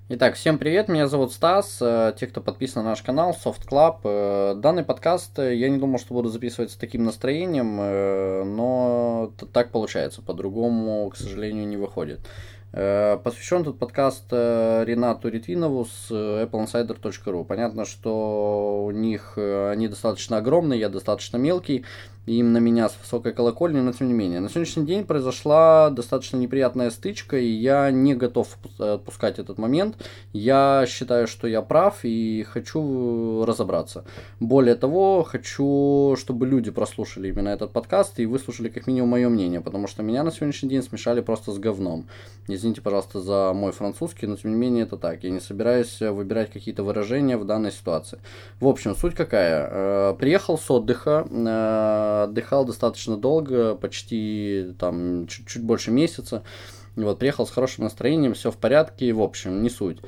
Итак, всем привет, меня зовут Стас, те, кто подписан на наш канал Soft Club. Данный подкаст я не думал, что буду записывать с таким настроением, но так получается, по-другому, к сожалению, не выходит. Посвящен этот подкаст Ренату Ритвинову с appleinsider.ru. Понятно, что у них они достаточно огромные, я достаточно мелкий, и именно меня с высокой колокольни, но тем не менее. На сегодняшний день произошла достаточно неприятная стычка, и я не готов отпускать этот момент. Я считаю, что я прав и хочу разобраться. Более того, хочу, чтобы люди прослушали именно этот подкаст и выслушали как минимум мое мнение, потому что меня на сегодняшний день смешали просто с говном. Извините, пожалуйста, за мой французский, но тем не менее это так. Я не собираюсь выбирать какие-то выражения в данной ситуации. В общем, суть какая. Приехал с отдыха, отдыхал достаточно долго, почти там чуть больше месяца. Вот, приехал с хорошим настроением, все в порядке, в общем, не суть.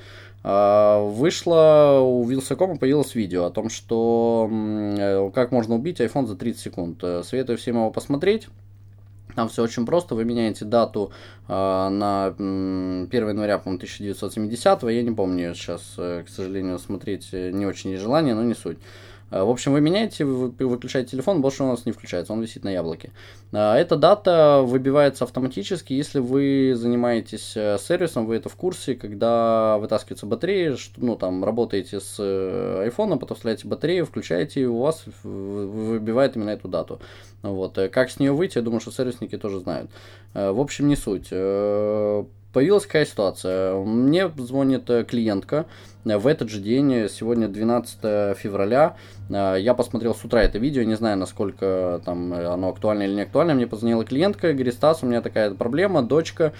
Вышло у Вилсакома появилось видео о том, что как можно убить iPhone за 30 секунд. Советую всем его посмотреть. Там все очень просто, вы меняете дату на 1 января, по-моему, 1970, я не помню сейчас, к сожалению, смотреть не очень есть желание, но не суть. В общем, вы меняете, вы выключаете телефон, больше у нас не включается, он висит на яблоке. Эта дата выбивается автоматически, если вы занимаетесь сервисом, вы это в курсе, когда вытаскивается батарея, ну, там, работаете с iPhone, потом вставляете батарею, включаете, и у вас выбивает именно эту дату. Вот. Как с нее выйти, я думаю, что сервисники тоже знают. В общем, не суть. Появилась какая ситуация. Мне звонит клиентка в этот же день, сегодня 12 февраля. Я посмотрел с утра это видео, не знаю, насколько там оно актуально или не актуально. Мне позвонила клиентка, говорит: Стас, у меня такая проблема, дочка,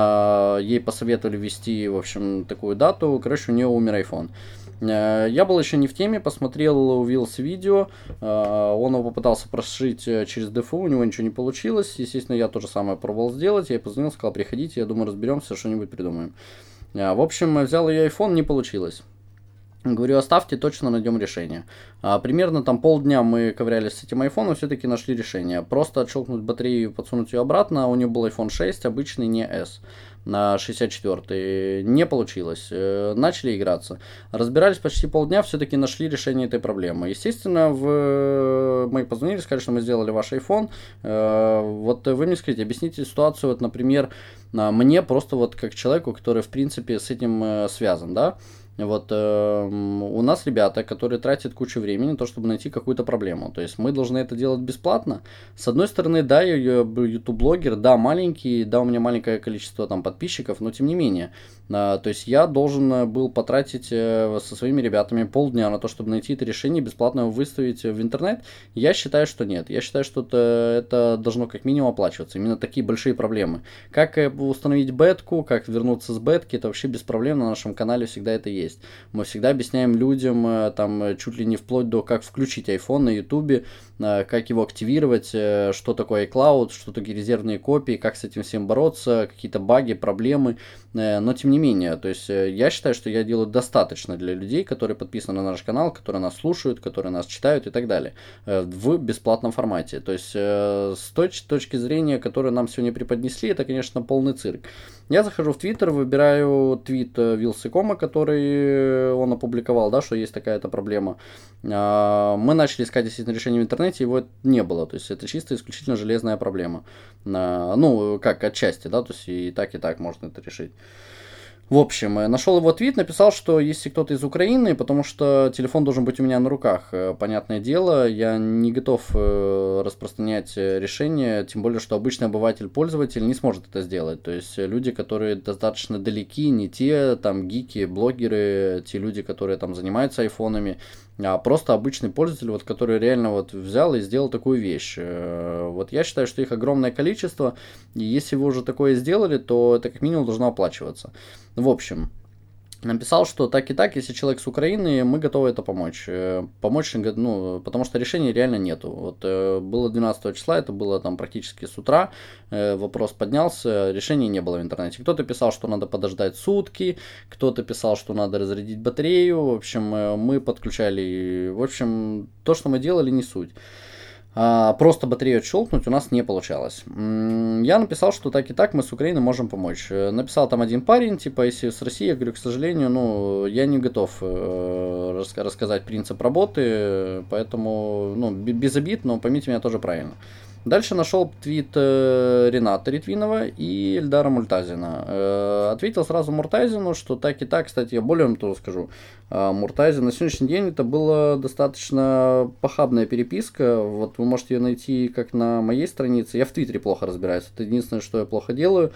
ей посоветовали ввести, в общем, такую дату, короче, у нее умер iPhone. Я был еще не в теме, посмотрел у Вилс видео, он его попытался прошить через ДФУ, у него ничего не получилось, естественно, я то же самое пробовал сделать, я ей позвонил, сказал: приходите, я думаю, разберемся, что-нибудь придумаем. В общем, взял ее iPhone, не получилось. Говорю: оставьте, точно найдем решение. Примерно там полдня мы ковырялись с этим айфоном, все-таки нашли решение. Просто отщелкнуть батарею, подсунуть ее обратно. У нее был iPhone 6, обычный, не S, на 64. Не получилось. Начали играться. Разбирались почти полдня, все-таки нашли решение этой проблемы. Естественно, мы позвонили, сказали, что мы сделали ваш iPhone. Вот вы мне скажите, объясните ситуацию, вот, например, мне просто вот как человеку, который в принципе с этим связан, да. Вот у нас ребята, которые тратят кучу времени на то, чтобы найти какую-то проблему. То есть мы должны это делать бесплатно. С одной стороны, да, я YouTube-блогер, да, маленький, да, у меня маленькое количество там подписчиков, но тем не менее. То есть я должен был потратить со своими ребятами полдня на то, чтобы найти это решение, бесплатно его выставить в интернет. Я считаю, что нет. Я считаю, что это должно как минимум оплачиваться. Именно такие большие проблемы. Как установить бетку, как вернуться с бетки, это вообще без проблем, на нашем канале всегда это есть. Мы всегда объясняем людям, там, чуть ли не вплоть до как включить iPhone на YouTube, как его активировать, что такое iCloud, что такое резервные копии, как с этим всем бороться, какие-то баги, проблемы. Но тем не менее, то есть я считаю, что я делаю достаточно для людей, которые подписаны на наш канал, которые нас слушают, которые нас читают и так далее, в бесплатном формате. То есть с той точки зрения, которую нам сегодня преподнесли, это, конечно, полный цирк. Я захожу в Твиттер, выбираю твит Вилсакома, который он опубликовал, да, что есть такая-то проблема. Мы начали искать действительно решение в интернете, его не было. То есть это чисто исключительно железная проблема. Ну, как отчасти, да, то есть и так можно это решить. В общем, нашел его твит, написал, что если кто-то из Украины, потому что телефон должен быть у меня на руках. Понятное дело, я не готов распространять решение, тем более, что обычный обыватель-пользователь не сможет это сделать. То есть люди, которые достаточно далеки, не те там гики, блогеры, те люди, которые там занимаются айфонами, а просто обычный пользователь, вот, который реально вот взял и сделал такую вещь. Вот я считаю, что их огромное количество, и если вы уже такое сделали, то это как минимум должно оплачиваться. В общем, написал, что так и так, если человек с Украины, мы готовы это помочь. Помочь, ну, потому что решения реально нету. Вот было 12 числа, это было там практически с утра, вопрос поднялся, решения не было в интернете. Кто-то писал, что надо подождать сутки, кто-то писал, что надо разрядить батарею, в общем, мы подключали, в общем, то, что мы делали, не суть. просто батарею отщелкнуть у нас не получалось. Я написал, что так и так мы с Украиной можем помочь. Написал там один парень, типа, если с Россией, я говорю, к сожалению, ну, я не готов рассказать принцип работы, поэтому, ну, без обид, но поймите меня тоже правильно. Дальше нашел твит Рената Ритвинова и Эльдара Муртазина. Ответил сразу Муртазину, что так и так, кстати, я более вам тоже скажу. Муртазин на сегодняшний день это была достаточно похабная переписка. Вот вы можете ее найти как на моей странице. Я в Твиттере плохо разбираюсь. Это единственное, что я плохо делаю.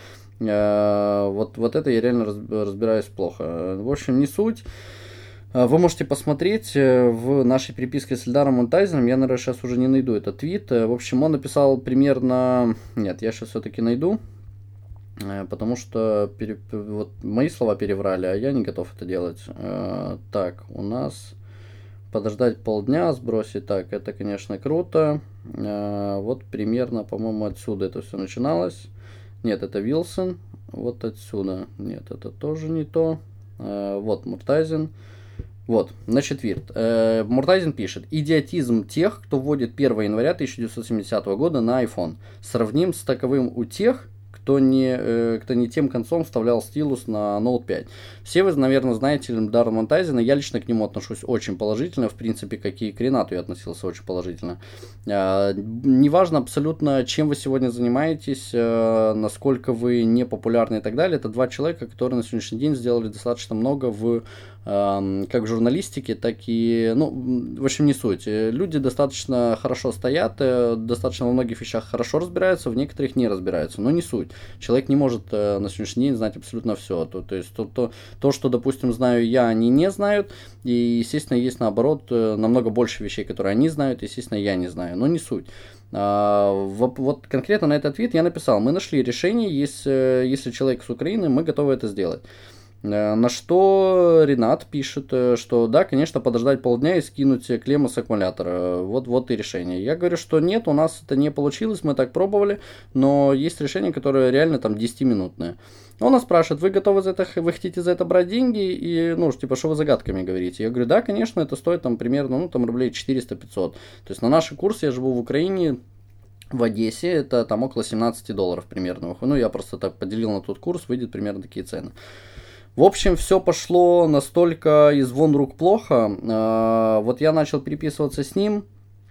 Вот это я реально разбираюсь плохо. В общем, не суть. Вы можете посмотреть в нашей переписке с Эльдаром Муртазиным. Я, наверное, сейчас уже не найду этот твит. В общем, он написал примерно... Нет, я сейчас все-таки найду. Потому что вот мои слова переврали, а я не готов это делать. Так, у нас подождать полдня, сбросить. Так, это, конечно, круто. Вот примерно, по-моему, отсюда это все начиналось. Нет, это Вилсон. Вот отсюда. Нет, это тоже не то. Вот Муртазин. Вот, значит, Муртазин пишет: идиотизм тех, кто вводит 1 января 1970 года на iPhone. Сравним с таковым у тех, кто не тем концом вставлял стилус на Note 5. Все вы, наверное, знаете Эльдара Муртазина. Я лично к нему отношусь очень положительно. В принципе, как и к Ренату я относился очень положительно. Неважно абсолютно, чем вы сегодня занимаетесь, насколько вы не популярны и так далее. Это два человека, которые на сегодняшний день сделали достаточно много как в журналистике, так и, ну, в общем, не суть. Люди достаточно хорошо стоят, достаточно во многих вещах хорошо разбираются, в некоторых не разбираются, но не суть. Человек не может на сегодняшний день знать абсолютно все. То есть то, что, допустим, знаю я, они не знают, и, естественно, есть наоборот намного больше вещей, которые они знают, естественно, я не знаю, но не суть. Вот конкретно на этот ответ я написал: мы нашли решение, если человек с Украины, мы готовы это сделать. На что Ренат пишет, что да, конечно, подождать полдня и скинуть клемму с аккумулятора. Вот и решение. Я говорю, что нет, у нас это не получилось, мы так пробовали, но есть решение, которое реально там 10-минутное. Он нас спрашивает: вы хотите за это брать деньги? И, ну, типа, что вы загадками говорите? Я говорю, да, конечно, это стоит там примерно, ну, там рублей 400-500. То есть на наши курсы, я живу в Украине, в Одессе, это там около $17 примерно. Ну, я просто так поделил на тот курс, выйдет примерно такие цены. В общем, все пошло настолько из вон рук плохо. Вот я начал переписываться с ним,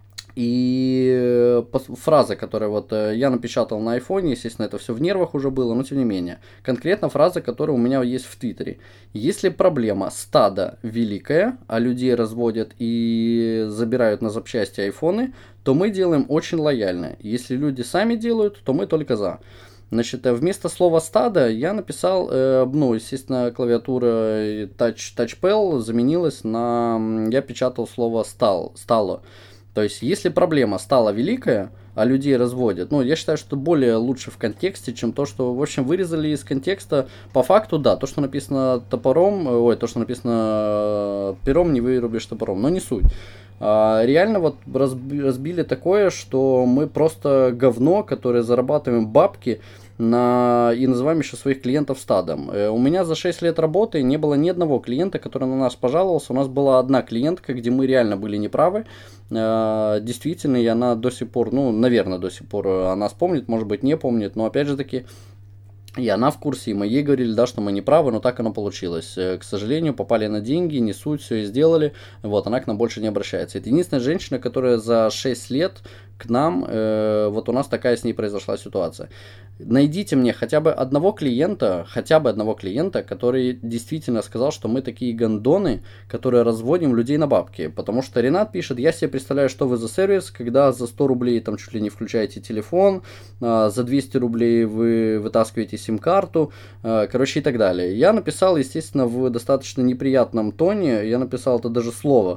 и фраза, которую вот я напечатал на айфоне, естественно, это все в нервах уже было, но тем не менее. Конкретно фраза, которая у меня есть в Твиттере. Если проблема стада великая, а людей разводят и забирают на запчасти айфоны, то мы делаем очень лояльно. Если люди сами делают, то мы только за. Значит, вместо слова стада я написал, ну, естественно, клавиатура Touchpad заменилась на, я печатал слово стало. То есть, если проблема стала великая, а людей разводят, ну, я считаю, что более лучше в контексте, чем то, что, в общем, вырезали из контекста. По факту, да, то, что написано то, что написано пером, не вырубишь топором, но не суть. Реально вот разбили такое, что мы просто говно, которое зарабатываем бабки и называем еще своих клиентов стадом. У меня за 6 лет работы не было ни одного клиента, который на нас пожаловался. У нас была одна клиентка, где мы реально были неправы. Действительно, и она до сих пор, ну, наверное, до сих пор она вспомнит, может быть, не помнит, но опять же таки, и она в курсе, и мы ей говорили, да, что мы не правы, но так оно получилось. К сожалению, попали на деньги, не суть, все и сделали. Вот, она к нам больше не обращается. Это единственная женщина, которая за 6 лет к нам, вот у нас такая с ней произошла ситуация. Найдите мне хотя бы одного клиента, который действительно сказал, что мы такие гондоны, которые разводим людей на бабки. Потому что Ренат пишет: я себе представляю, что вы за сервис, когда за 100 рублей там чуть ли не включаете телефон, за 200 рублей вы вытаскиваете сим-карту, короче, и так далее. Я написал, естественно, в достаточно неприятном тоне, я написал это даже слово.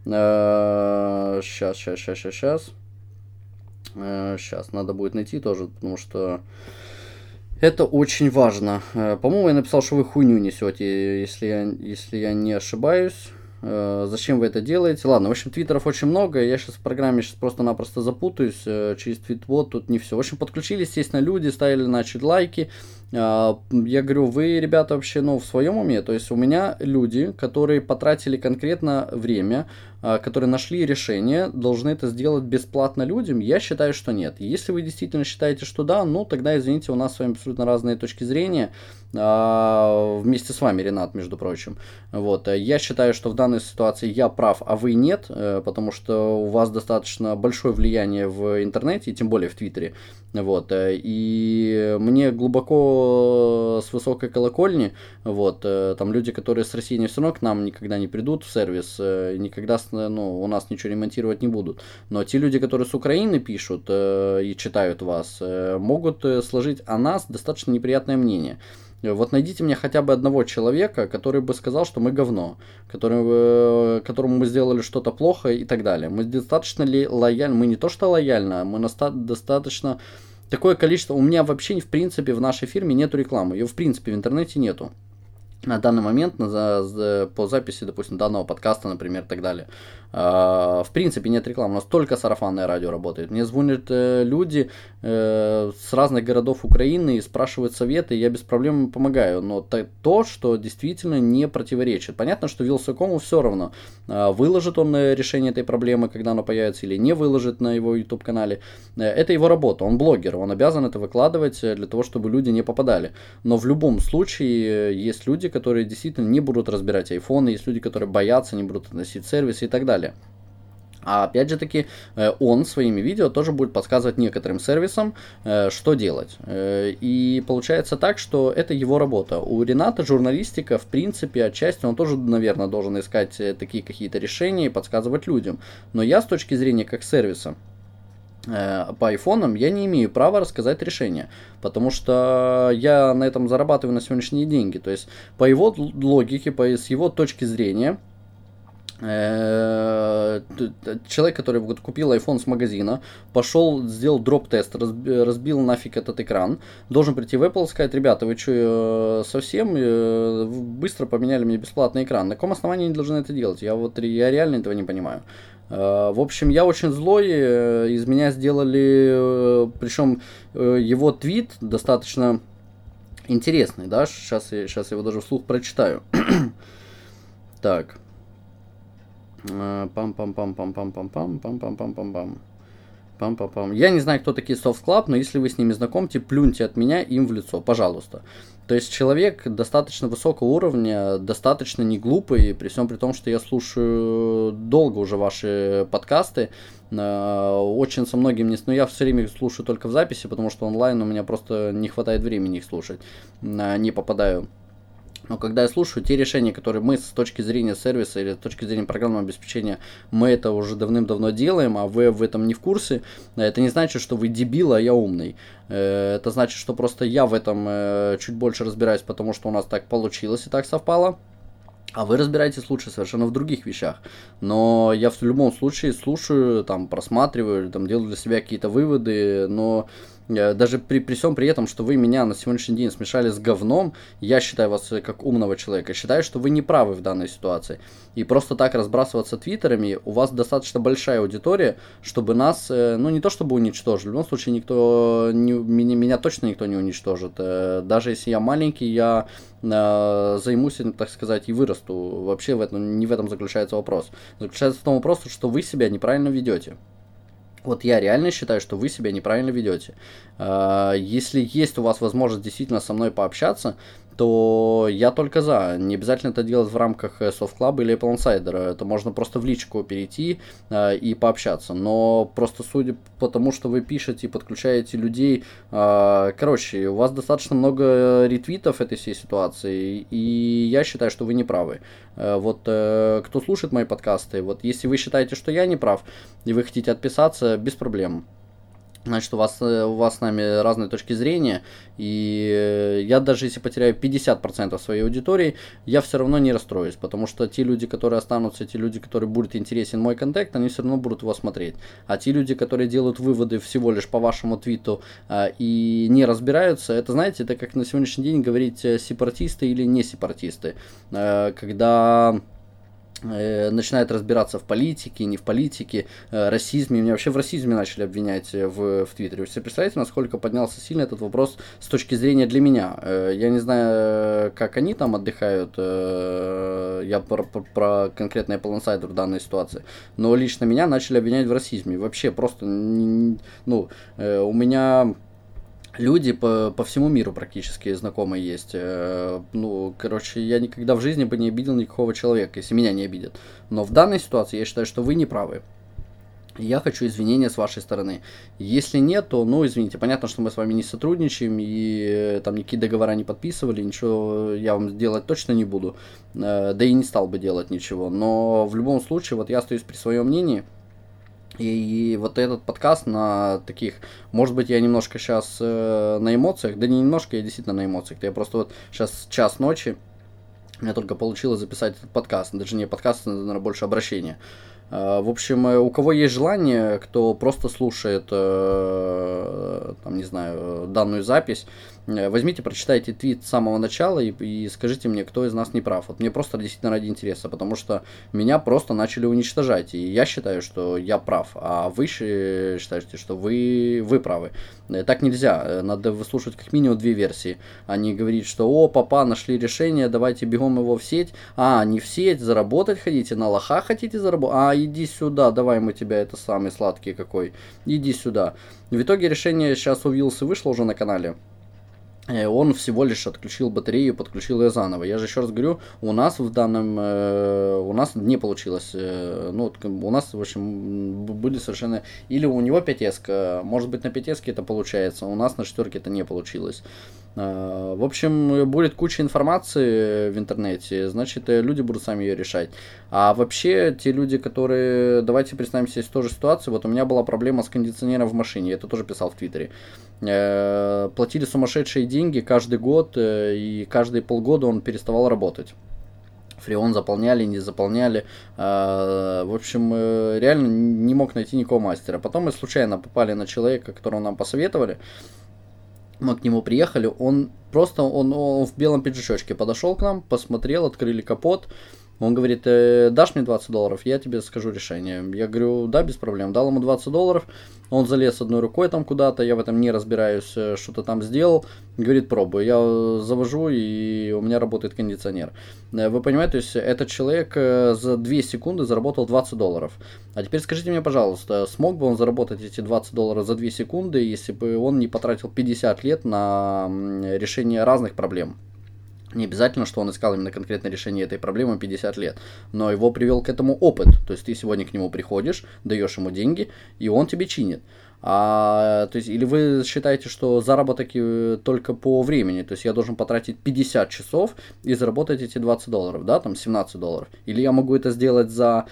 Сейчас надо будет найти тоже, потому что это очень важно. По-моему, я написал, что вы хуйню несете, если я не ошибаюсь. Зачем вы это делаете? Ладно, в общем, твиттеров очень много. Я сейчас в программе просто-напросто запутаюсь. Через твитбот тут не все. В общем, подключились, естественно, люди, ставили, значит, лайки. Я говорю, вы, ребята, вообще, ну, в своем уме? То есть у меня люди, которые потратили конкретно время, которые нашли решение, должны это сделать бесплатно людям? Я считаю, что нет. Если вы действительно считаете, что да, ну, тогда, извините, у нас с вами абсолютно разные точки зрения. Вместе с вами, Ренат, между прочим. Вот. Я считаю, что в данной ситуации я прав, а вы нет, потому что у вас достаточно большое влияние в интернете, и тем более в Твиттере. Вот. И мне глубоко с высокой колокольни, вот, там люди, которые с России все равно к нам никогда не придут в сервис, никогда ну, у нас ничего ремонтировать не будут. Но те люди, которые с Украины пишут и читают вас, могут сложить о нас достаточно неприятное мнение. Вот найдите мне хотя бы одного человека, который бы сказал, что мы говно, которому мы сделали что-то плохо и так далее. Мы достаточно ли лояльны? Мы не то что лояльны, мы достаточно... Такое количество... У меня вообще, в принципе, в нашей фирме нету рекламы. Ее, в принципе, в интернете нету. На данный момент по записи, допустим, данного подкаста, например, и так далее. В принципе, нет рекламы, у нас только сарафанное радио работает. Мне звонят люди с разных городов Украины и спрашивают советы, и я без проблем помогаю. Но то, что действительно не противоречит. Понятно, что Вилсакому все равно, выложит он решение этой проблемы, когда оно появится, или не выложит на его YouTube-канале. Это его работа, он блогер, он обязан это выкладывать для того, чтобы люди не попадали. Но в любом случае есть люди, которые действительно не будут разбирать айфоны, есть люди, которые боятся, не будут относить сервисы и так далее. А опять же таки, он своими видео тоже будет подсказывать некоторым сервисам, что делать. И получается так, что это его работа. У Рената журналистика, в принципе, отчасти он тоже, наверное, должен искать такие какие-то решения и подсказывать людям. Но я с точки зрения как сервиса, по айфонам я не имею права рассказать решение, потому что я на этом зарабатываю на сегодняшние деньги. То есть по его логике, с его точки зрения, человек, который купил iPhone с магазина, пошел, сделал дроп-тест, разбил нафиг этот экран, должен прийти в Apple и сказать: ребята, вы что, совсем быстро поменяли мне бесплатный экран? На каком основании они должны это делать? Я реально этого не понимаю. В общем, я очень злой, из меня сделали, причем его твит достаточно интересный, да, сейчас я его даже вслух прочитаю. Так. Пам-пам-пам-пам-пам-пам-пам-пам-пам-пам-пам. Пам-пам-пам. Я не знаю, кто такие Soft Club, но если вы с ними знакомы, плюньте от меня им в лицо, пожалуйста. То есть человек достаточно высокого уровня, достаточно не глупый, при всем при том, что я слушаю долго уже ваши подкасты, очень со многими, но я все время их слушаю только в записи, потому что онлайн у меня просто не хватает времени их слушать, не попадаю. Но когда я слушаю те решения, которые мы с точки зрения сервиса или с точки зрения программного обеспечения, мы это уже давным-давно делаем, а вы в этом не в курсе, это не значит, что вы дебил, а я умный. Это значит, что просто я в этом чуть больше разбираюсь, потому что у нас так получилось и так совпало. А вы разбираетесь лучше совершенно в других вещах. Но я в любом случае слушаю, там, просматриваю, там, делаю для себя какие-то выводы, но даже при всем при этом, что вы меня на сегодняшний день смешали с говном, я считаю вас как умного человека. Считаю, что вы не правы в данной ситуации. И просто так разбрасываться твиттерами, у вас достаточно большая аудитория, чтобы нас, ну не то чтобы уничтожили, в любом случае меня точно никто не уничтожит. Даже если я маленький, я займусь, так сказать, и вырасту. Вообще не в этом заключается вопрос. Заключается в том вопросе, что вы себя неправильно ведете. Вот я реально считаю, что вы себя неправильно ведете. Если есть у вас возможность действительно со мной пообщаться, то я только за. Не обязательно это делать в рамках Soft Club или Apple Insider. Это можно просто в личку перейти и пообщаться. Но просто судя по тому, что вы пишете и подключаете людей, короче, у вас достаточно много ретвитов этой всей ситуации, и я считаю, что вы не правы. Вот кто слушает мои подкасты, вот если вы считаете, что я не прав, и вы хотите отписаться, без проблем. Значит, у вас с нами разные точки зрения, и я даже если потеряю 50% своей аудитории, я все равно не расстроюсь, потому что те люди, которые останутся, те люди, которые будут интересен мой контент, они все равно будут его смотреть. А те люди, которые делают выводы всего лишь по вашему твиту и не разбираются, это, знаете, это как на сегодняшний день говорить сепаратисты или не сепаратисты. Когда начинает разбираться в политике, не в политике, расизме. Меня вообще в расизме начали обвинять в Твиттере. Вы себе представляете, насколько поднялся сильно этот вопрос с точки зрения для меня? Я не знаю, как они там отдыхают, я про конкретно Apple Insider в данной ситуации, но лично меня начали обвинять в расизме. Вообще просто, у меня... Люди по всему миру практически знакомые есть. Я никогда в жизни бы не обидел никакого человека, если меня не обидят. Но в данной ситуации я считаю, что вы не правы. Я хочу извинения с вашей стороны. Если нет, то, извините, понятно, что мы с вами не сотрудничаем и там никакие договора не подписывали, ничего я вам делать точно не буду, да и не стал бы делать ничего. Но в любом случае, вот я остаюсь при своем мнении. И вот этот подкаст на таких, может быть, я немножко сейчас на эмоциях, да не немножко, я действительно на эмоциях. Я просто вот сейчас час ночи, мне только получилось записать этот подкаст, даже не подкаст, наверное, больше обращение. В общем, у кого есть желание, кто просто слушает, там, не знаю, данную запись, возьмите, прочитайте твит с самого начала и скажите мне, кто из нас не прав. Вот мне просто действительно ради интереса, потому что меня просто начали уничтожать. И я считаю, что я прав, а вы считаете, что вы правы. Так нельзя. Надо выслушивать как минимум две версии. А не говорить, что папа, нашли решение, давайте бегом его в сеть. Не в сеть, заработать хотите, на лоха хотите заработать. Иди сюда, давай мы тебя, это самый сладкий какой. Иди сюда. В итоге решение сейчас у Вилса вышло уже на канале. Он всего лишь отключил батарею, подключил ее заново. Я же еще раз говорю, у нас у нас не получилось. У нас, в общем, были совершенно... Или у него 5S, может быть, на 5S это получается, у нас на 4 это не получилось. В общем, будет куча информации в интернете, значит, люди будут сами ее решать. А вообще, те люди, которые... Давайте представим себе тоже ситуацию. Вот у меня была проблема с кондиционером в машине, я это тоже писал в Твиттере. Платили сумасшедшие деньги каждый год, и каждые полгода он переставал работать. Фреон заполняли, не заполняли. В общем, реально не мог найти никакого мастера. Потом мы случайно попали на человека, которого нам посоветовали. Мы к нему приехали, он в белом пиджачочке подошел к нам, посмотрел, открыли капот. Он говорит, дашь мне $20, я тебе скажу решение. Я говорю, да, без проблем. Дал ему $20, он залез одной рукой там куда-то, я в этом не разбираюсь, что-то там сделал. Говорит, пробуй. Я завожу, и у меня работает кондиционер. Вы понимаете, то есть этот человек за 2 секунды заработал $20. А теперь скажите мне, пожалуйста, смог бы он заработать эти $20 за 2 секунды, если бы он не потратил 50 лет на решение разных проблем? Не обязательно, что он искал именно конкретное решение этой проблемы 50 лет, но его привел к этому опыт. То есть ты сегодня к нему приходишь, даешь ему деньги, и он тебе чинит. То есть, или вы считаете, что заработок только по времени, то есть я должен потратить 50 часов и заработать эти $20, да, там $17. Или я могу это сделать за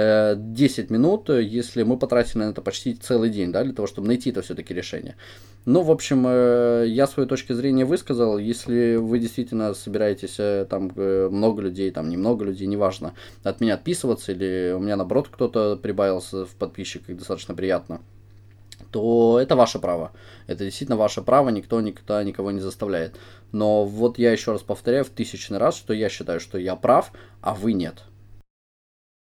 10 минут, если мы потратили на это почти целый день, да, для того, чтобы найти это все-таки решение. В общем, я свою точку зрения высказал. Если вы действительно собираетесь, там много людей, там немного людей, неважно, от меня отписываться, или у меня наоборот кто-то прибавился в подписчиках, достаточно приятно, то это ваше право. Это действительно ваше право, никто никогда никого не заставляет. Но вот я еще раз повторяю в 1000-й раз, что я считаю, что я прав, а вы нет.